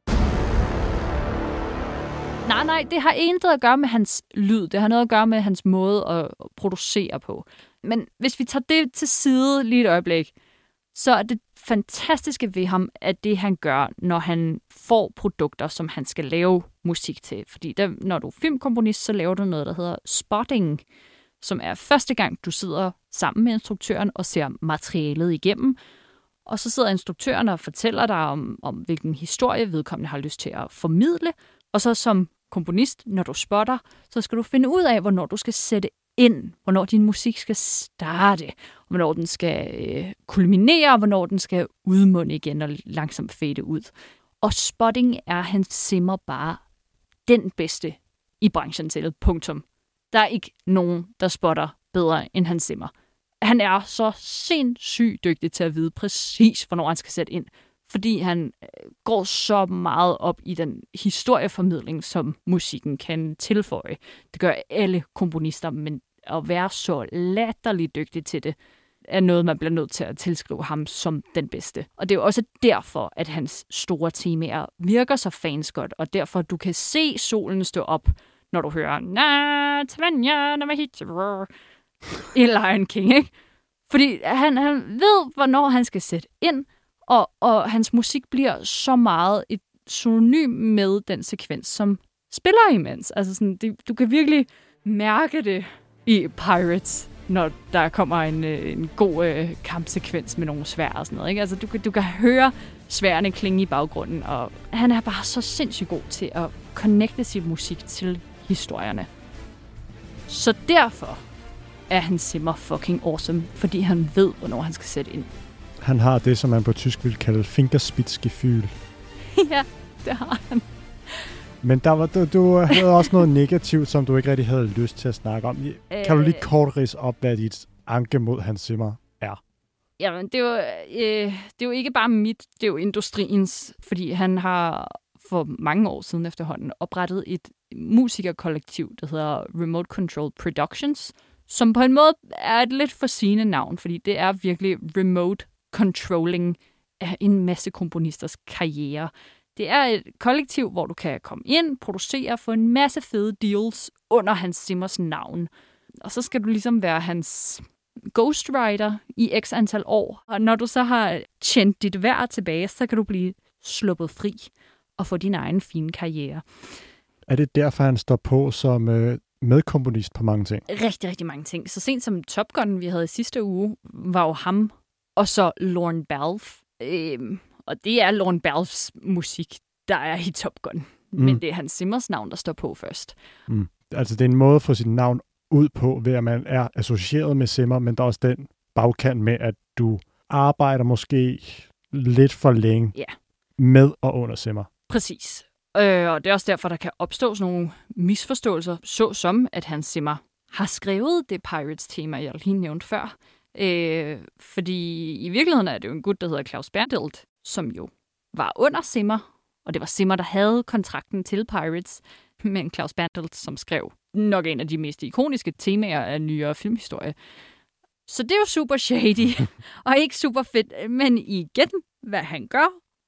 Nej, nej, det har intet at gøre med hans lyd. Det har noget at gøre med hans måde at producere på. Men hvis vi tager det til side lige et øjeblik, så er det fantastiske ved ham, at det han gør, når han får produkter, som han skal lave musik til. Fordi der, når du er filmkomponist, så laver du noget, der hedder spotting, som er første gang, du sidder sammen med instruktøren og ser materialet igennem. Og så sidder instruktøren og fortæller dig om, om hvilken historie vedkommende har lyst til at formidle. Og så som komponist, når du spotter, så skal du finde ud af, hvornår du skal sætte ind, hvornår din musik skal starte, hvornår den skal øh, kulminere, og hvornår den skal udmunde igen og langsomt fade ud. Og spotting er Hans Zimmer bare den bedste i branchen til. Punktum. Der er ikke nogen, der spotter bedre end Hans Zimmer. Han er så sindssygt dygtig til at vide præcis, hvornår han skal sætte ind, fordi han går så meget op i den historieformidling, som musikken kan tilføje. Det gør alle komponister, men at være så latterligt dygtig til det, er noget, man bliver nødt til at tilskrive ham som den bedste. Og det er jo også derfor, at hans store temaer virker så fansgodt, og derfor du kan se solen stå op, når du hører na Tavanja, na mahitra i Lion King, ikke? Fordi han, han ved, hvornår han skal sætte ind, og, og hans musik bliver så meget et synonym med den sekvens, som spiller imens. Altså sådan, det, du kan virkelig mærke det i Pirates, når der kommer en, en god øh, kampsekvens med nogle sværd og sådan noget, ikke? Altså, du, du kan høre sværdene klinge i baggrunden, og han er bare så sindssygt god til at connecte sin musik til historierne. Så derfor er Hans Zimmer fucking awesome, fordi han ved, hvornår han skal sætte ind. Han har det, som man på tysk vil kalde Fingerspitzgefühl. Ja, det har han. Men der var, du, du havde også noget negativt, som du ikke rigtig havde lyst til at snakke om. Kan du lige kort ridse op, hvad dit anke mod Hans Zimmer er? Jamen, det er, jo, øh, det er jo ikke bare mit, det er jo industriens, fordi han har for mange år siden efterhånden oprettet et musikerkollektiv, der hedder Remote Control Productions, som på en måde er et lidt forsigende navn, fordi det er virkelig remote controlling af en masse komponisters karriere. Det er et kollektiv, hvor du kan komme ind, producere og få en masse fede deals under Hans Zimmers navn. Og så skal du ligesom være hans ghostwriter i x antal år. Og når du så har tjent dit værd tilbage, så kan du blive sluppet fri og få din egen fine karriere. Er det derfor, han står på som øh, medkomponist på mange ting? Rigtig, rigtig mange ting. Så sent som Top Gun, vi havde i sidste uge, var jo ham, og så Lorne Balfe. Øhm, og det er Lorne Balfes musik, der er i Top Gun. Mm. Men det er Hans Zimmers navn, der står på først. Mm. Altså, det er en måde at få sit navn ud på, ved at man er associeret med Zimmer, men der er også den bagkant med, at du arbejder måske lidt for længe ja. med og under Zimmer. Præcis. Øh, og det er også derfor, der kan opstå sådan nogle misforståelser, såsom at Hans Zimmer har skrevet det Pirates-tema, jeg lige nævnte før. Øh, fordi i virkeligheden er det jo en gut, der hedder Claus Berndelt, som jo var under Zimmer, og det var Zimmer, der havde kontrakten til Pirates, men Claus Berndelt, som skrev nok en af de mest ikoniske temaer af nyere filmhistorie. Så det er jo super shady, og ikke super fedt, men igen, hvad han gør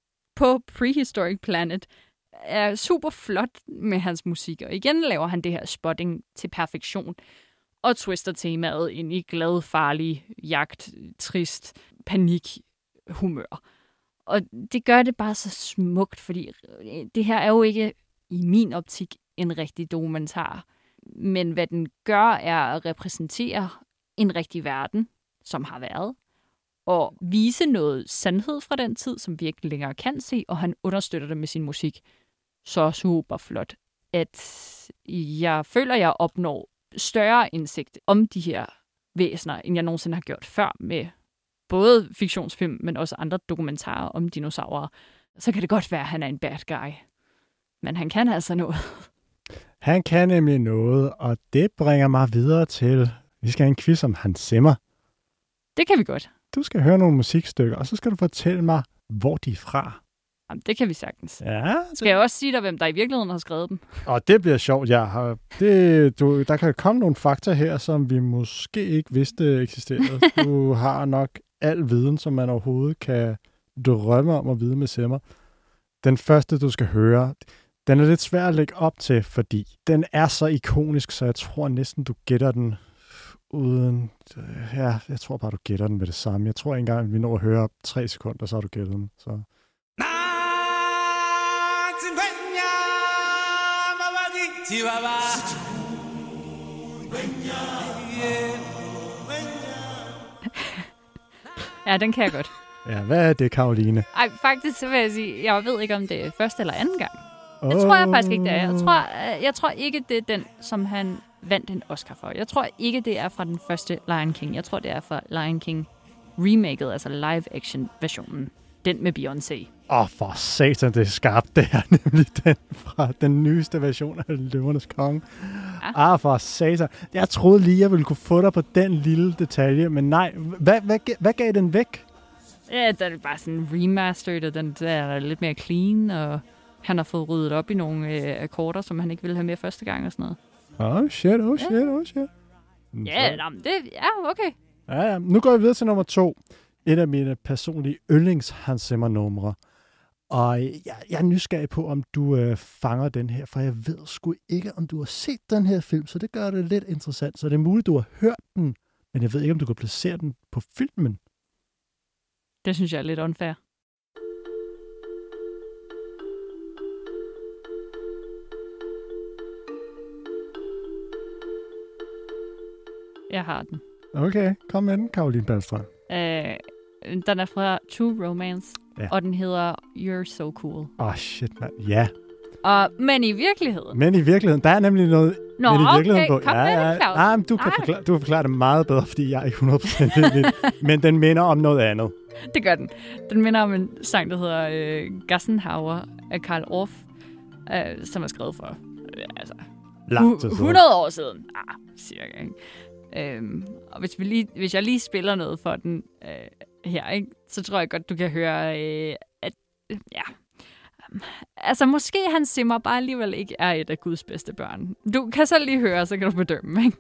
på Prehistoric Planet, er super flot med hans musik, og igen laver han det her spotting til perfektion, og twister temaet ind i glad, farlig, jagt, trist, panik, humør. Og det gør det bare så smukt, fordi det her er jo ikke i min optik en rigtig dokumentar, men hvad den gør, er at repræsentere en rigtig verden, som har været, og vise noget sandhed fra den tid, som vi ikke længere kan se, og han understøtter det med sin musik så super flot, at jeg føler, at jeg opnår større indsigt om de her væsener, end jeg nogensinde har gjort før med både fiktionsfilm, men også andre dokumentarer om dinosaurer. Så kan det godt være, at han er en bad guy. Men han kan altså noget. Han kan nemlig noget, og det bringer mig videre til, vi skal have en quiz om Hans Zimmer. Det kan vi godt. Du skal høre nogle musikstykker, og så skal du fortælle mig, hvor de er fra. Jamen, det kan vi sagtens. Ja, det... Skal jeg også sige dig, hvem der i virkeligheden har skrevet dem? Og det bliver sjovt. Jeg har... det, du, der kan komme nogle fakta her, som vi måske ikke vidste eksisterede. Du har nok al viden, som man overhovedet kan drømme om at vide med Zimmer. Den første, du skal høre, den er lidt svær at lægge op til, fordi den er så ikonisk, så jeg tror næsten, du gætter den uden... Ja, jeg tror bare, du gætter den med det samme. Jeg tror ikke engang, vi når at høre tre sekunder, så har du gættet den. Så... Ja, den kan jeg godt. Ja, hvad er det, Karoline? Ej, faktisk så vil jeg sige, jeg ved ikke, om det er første eller anden gang. Det oh. tror jeg faktisk ikke, det er. Jeg tror, jeg tror ikke, det er den, som han vandt en Oscar for. Jeg tror ikke, det er fra den første Lion King. Jeg tror, det er fra Lion King remaket, altså live-action-versionen. Den med Beyoncé. Åh, oh, for satan, det er skarpt. Det er nemlig den fra den nyeste version af Løvernes Konge. Ja. Ah, for satan. Jeg troede lige, jeg ville kunne få dig på den lille detalje, men nej. Hvad, hvad, hvad gav den væk? Ja, den er bare sådan remastered, og den der er lidt mere clean, og han har fået ryddet op i nogle øh, akkorder, som han ikke ville have med første gang og sådan noget. Oh shit, oh shit, oh shit. Ja, nå, det, ja, okay. Ja, ja. Nu går vi videre til nummer to. Et af mine personlige yndlings Hans Zimmer-numre. Og jeg, jeg er nysgerrig på, om du øh, fanger den her, for jeg ved sgu ikke, om du har set den her film, så det gør det lidt interessant. Så det er muligt, du har hørt den, men jeg ved ikke, om du kan placere den på filmen. Det synes jeg er lidt unfair. Jeg har den. Okay, kom med den, Caroline Bergstrøm. Øh, den er fra True Romance, ja. Og den hedder You're So Cool. Åh, oh, shit, mand. Ja. Og, men i virkeligheden... Men i virkeligheden, der er nemlig noget... Nå, men i okay, virkeligheden på, kom ja, med ja, det, Claus. Nej, men du kan, forklare, du kan forklare det meget bedre, fordi jeg er ikke hundrede procent enig. Men den minder om noget andet. Det gør den. Den minder om en sang, der hedder øh, Gassenhauer af Karl Orff, øh, som er skrevet for øh, altså, hu- hundrede år siden. Ah, cirka, ikke? Øhm, og hvis, vi lige, hvis jeg lige spiller noget for den øh, her, ikke, så tror jeg godt, du kan høre, øh, at øh, ja, altså måske Hans Zimmer bare alligevel ikke er et af Guds bedste børn. Du kan så lige høre, så kan du bedømme, ikke?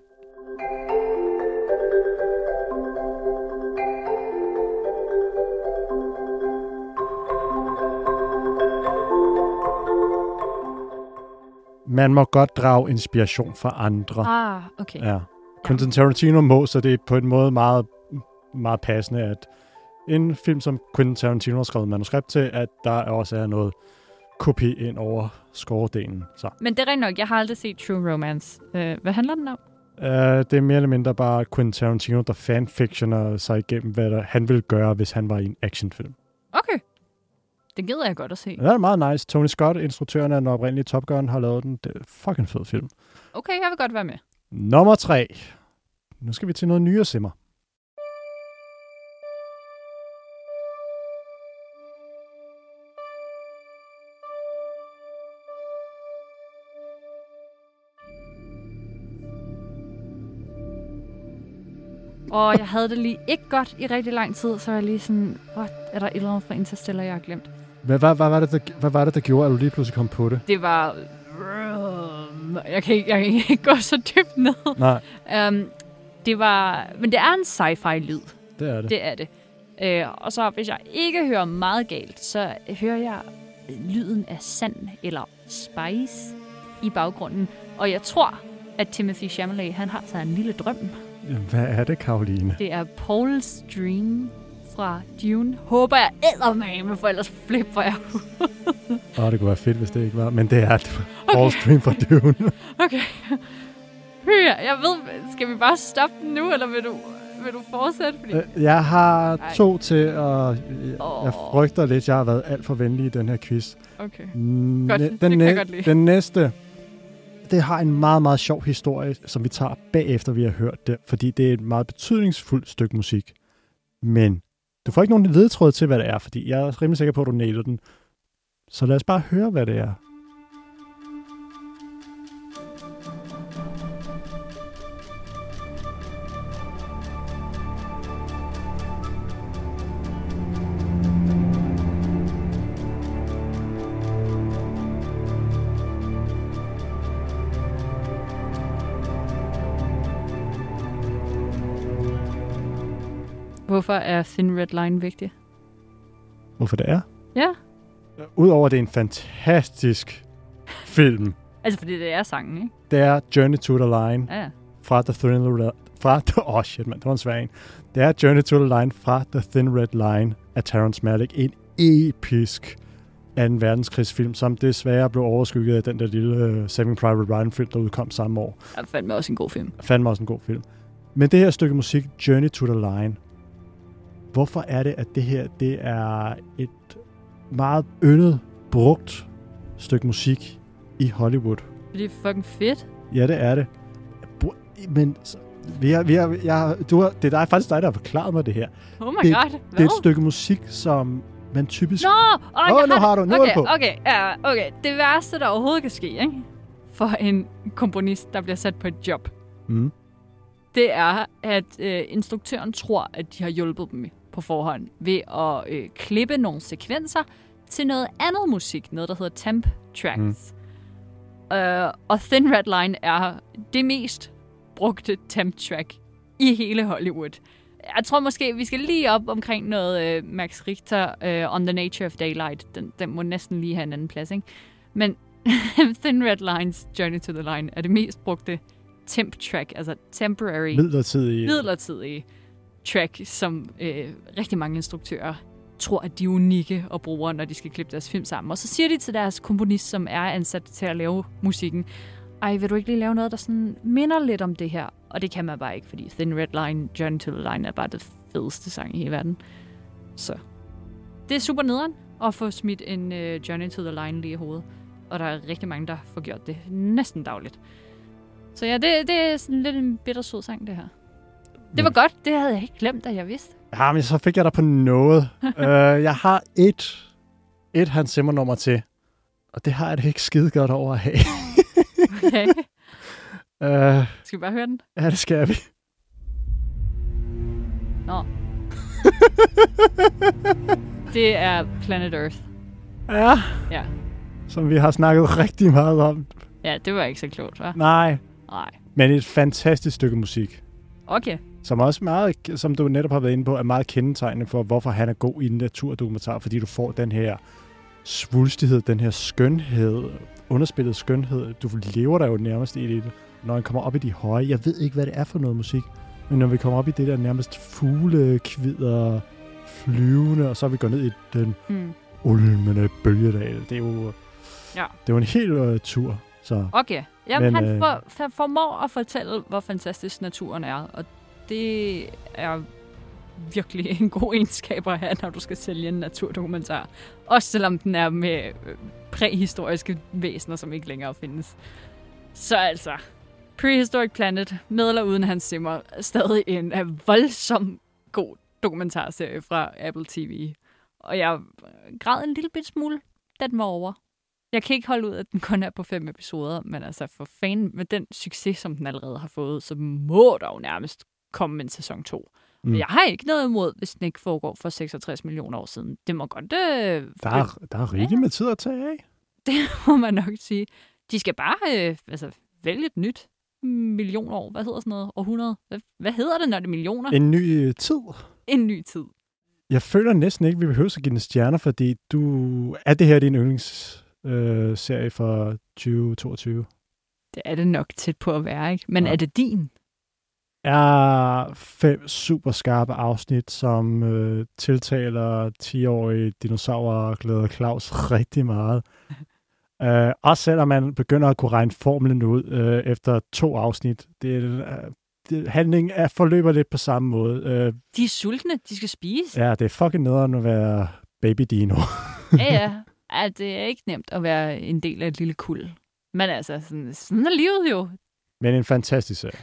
man må godt drage inspiration fra andre. Ah, okay. Ja. Quentin Tarantino må, så det er på en måde meget, meget passende, at en film, som Quentin Tarantino har skrevet manuskript til, at der også er noget kopi ind over scoredelen. Så. Men det er rent nok, jeg har aldrig set True Romance. Uh, hvad handler den om? Uh, det er mere eller mindre bare Quentin Tarantino, der fanfictioner sig igennem, hvad der, han ville gøre, hvis han var i en actionfilm. Okay. Det gider jeg godt at se. Det er meget nice. Tony Scott, instruktøren af den oprindelige Top Gun, har lavet den. Det er fucking fed film. Okay, jeg vil godt være med. Nummer tre. Nu skal vi til noget nyere simmer. Og jeg havde det lige ikke godt i rigtig lang tid, så var jeg lige sådan, what, er der et eller andet fra Interstellar, jeg har glemt? Hvad, hvad, hvad, var det, der, hvad var det, der gjorde, at du lige pludselig kom på det? Det var... Jeg kan ikke, jeg kan ikke gå så dybt ned. Nej. Um, det var... Men det er en sci-fi-lyd. Det er det. Det er det. Uh, og så hvis jeg ikke hører meget galt, så hører jeg lyden af sand eller spice i baggrunden. Og jeg tror, at Timothée Chalamet, han har sig en lille drøm. Hvad er det, Karoline? Det er Paul's Dream fra Dune. Håber jeg eddermame, for ellers flipper jeg ud. Åh, oh, det kunne være fedt, hvis det ikke var. Men det er det. Paul's Dream fra Dune. Okay. Ja, jeg ved, skal vi bare stoppe den nu, eller vil du, vil du fortsætte? Fordi... Jeg har Ej. to til, og jeg, oh. jeg frygter lidt, jeg har været alt for venlig i den her quiz. Okay. N- godt, den, det kan næ- jeg godt lide. Den næste, det har en meget, meget sjov historie, som vi tager bagefter, vi har hørt det, fordi det er et meget betydningsfuldt stykke musik. Men du får ikke nogen ledetråd til, hvad det er, fordi jeg er rimelig sikker på, at du nailer den. Så lad os bare høre, hvad det er. Hvorfor er Thin Red Line vigtig? Hvorfor det er? Ja. Udover det er en fantastisk film. Altså, fordi det er sangen, ikke? Det er Journey to the Line. Ja. Fra The Thin Red... Fra the, oh shit, man. Det var en svær en. Det er Journey to the Line fra The Thin Red Line af Terrence Malick. En episk anden verdenskrigsfilm, som desværre blev overskygget af den der lille uh, Saving Private Ryan-film, der udkom samme år. Det fandme også en god film. Fandme også en god film. Men det her stykke musik, Journey to the Line, hvorfor er det, at det her det er et meget yndet, brugt stykke musik i Hollywood? Det er fucking fedt. Ja, det er det. Men vi har, vi har, jeg, du har, det er dig, faktisk dig, der har forklaret mig det her. Oh my det, god, hvad? Det er et stykke musik, som man typisk... Nå! Oh, oh, nu har du, nu okay, er du på. Okay, ja, okay. Det værste, der overhovedet kan ske, ikke? For en komponist, der bliver sat på et job, mm. det er, at øh, instruktøren tror, at de har hjulpet dem på forhånd ved at øh, klippe nogle sekvenser til noget andet musik, noget der hedder temp tracks. Mm. Uh, og Thin Red Line er det mest brugte temp track i hele Hollywood. Jeg tror måske, vi skal lige op omkring noget øh, Max Richter øh, On the Nature of Daylight. Den, den må næsten lige have en anden plads, ikke? Men Thin Red Lines Journey to the Line er det mest brugte temp track, altså temporary, midlertidige, midlertidige track, som øh, rigtig mange instruktører tror, at de er unikke og bruger, når de skal klippe deres film sammen. Og så siger de til deres komponist, som er ansat til at lave musikken, ej, vil du ikke lige lave noget, der sådan minder lidt om det her? Og det kan man bare ikke, fordi Thin Red Line, Journey to the Line er bare det fedeste sang i hele verden. Så det er super nederen at få smidt en uh, Journey to the Line lige i hovedet. Og der er rigtig mange, der får gjort det næsten dagligt. Så ja, det, det er sådan lidt en bittersød sang, det her. Det var godt. Det havde jeg ikke glemt, at jeg vidste. Ja, men så fik jeg dig på noget. uh, jeg har et, et Hans Zimmer-nummer til. Og det har jeg det ikke skide godt over at have. Okay. Uh, skal vi bare høre den? Ja, det skal vi. Nå. Det er Planet Earth. Ja. Ja. Som vi har snakket rigtig meget om. Ja, det var ikke så klogt, hva'? Nej. Nej. Men et fantastisk stykke musik. Okay. Som også meget, som du netop har været inde på, er meget kendetegnende for, hvorfor han er god i en naturdokumentar, fordi du får den her svulstighed, den her skønhed, underspillet skønhed. Du lever der jo nærmest i det, når man kommer op i de høje. Jeg ved ikke, hvad det er for noget musik, men når vi kommer op i det der nærmest fuglekvidder, flyvende, og så vi går ned i den mm. ulmende bølgedal. Det er jo, ja. det er jo en hel uh, tur. Så. Okay. Jamen, men, han, øh, for, han formår at fortælle, hvor fantastisk naturen er, og det er virkelig en god egenskab at have, når du skal sælge en naturdokumentar. Også selvom den er med præhistoriske væsener, som ikke længere findes. Så altså, Prehistoric Planet, med eller uden Hans Zimmer, er stadig en voldsom god dokumentarserie fra Apple T V. Og jeg græd en lille bit smule, da den var over. Jeg kan ikke holde ud, at den kun er på fem episoder, men altså for fan med den succes, som den allerede har fået, så må der jo nærmest komme en sæson to. Mm. Men jeg har ikke noget imod, hvis den ikke foregår for seksogtres millioner år siden. Det må godt... Øh, der, er, der er rigtig ja. med tid at tage af. Det må man nok sige. De skal bare øh, altså, vælge et nyt millionår. Hvad hedder sådan noget? Århundrede? Hvad, hvad hedder det, når det er millioner? En ny tid. En ny tid. Jeg føler næsten ikke, at vi behøver at give den stjerner, fordi du... Er det her din yndlingsserie øh, for tyve toogtyve? Det er det nok tæt på at være, ikke? Men ja. Er det din? Er fem super skarpe afsnit, som øh, tiltaler ti-årige dinosaurglæder Claus rigtig meget. uh, også selvom man begynder at kunne regne formlen ud uh, efter to afsnit. Det, uh, det, handlingen er, forløber lidt på samme måde. Uh, de er sultne, de skal spise. Ja, det er fucking nederen at være baby dino. ja, ja. ja. Det er ikke nemt at være en del af et lille kuld. Men altså, sådan, sådan er livet jo. Men en fantastisk serie.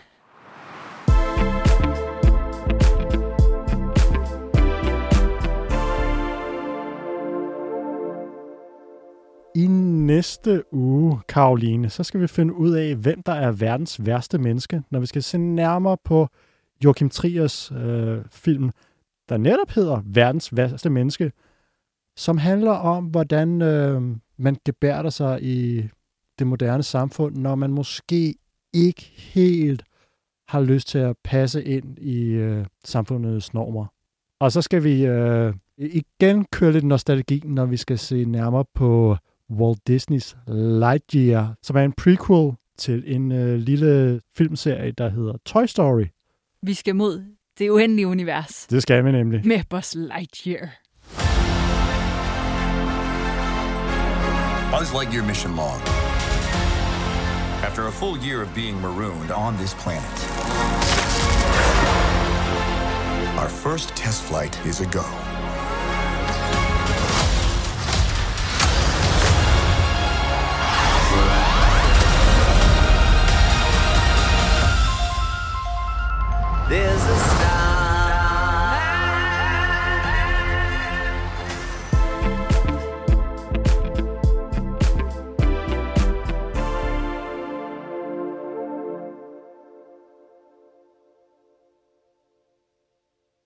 I næste uge, Karoline, så skal vi finde ud af, hvem der er verdens værste menneske, når vi skal se nærmere på Joachim Triers øh, film, der netop hedder Verdens værste menneske, som handler om, hvordan øh, man gebærder sig i det moderne samfund, når man måske ikke helt har lyst til at passe ind i øh, samfundets normer. Og så skal vi øh, igen køre lidt nostalgi, når vi skal se nærmere på Walt Disneys Lightyear, som er en prequel til en øh, lille filmserie, der hedder Toy Story. Vi skal mod det uendelige univers. Det skal vi nemlig. Med Buzz Lightyear. Buzz Lightyear mission log. After a full year of being marooned on this planet, our first test flight is a go.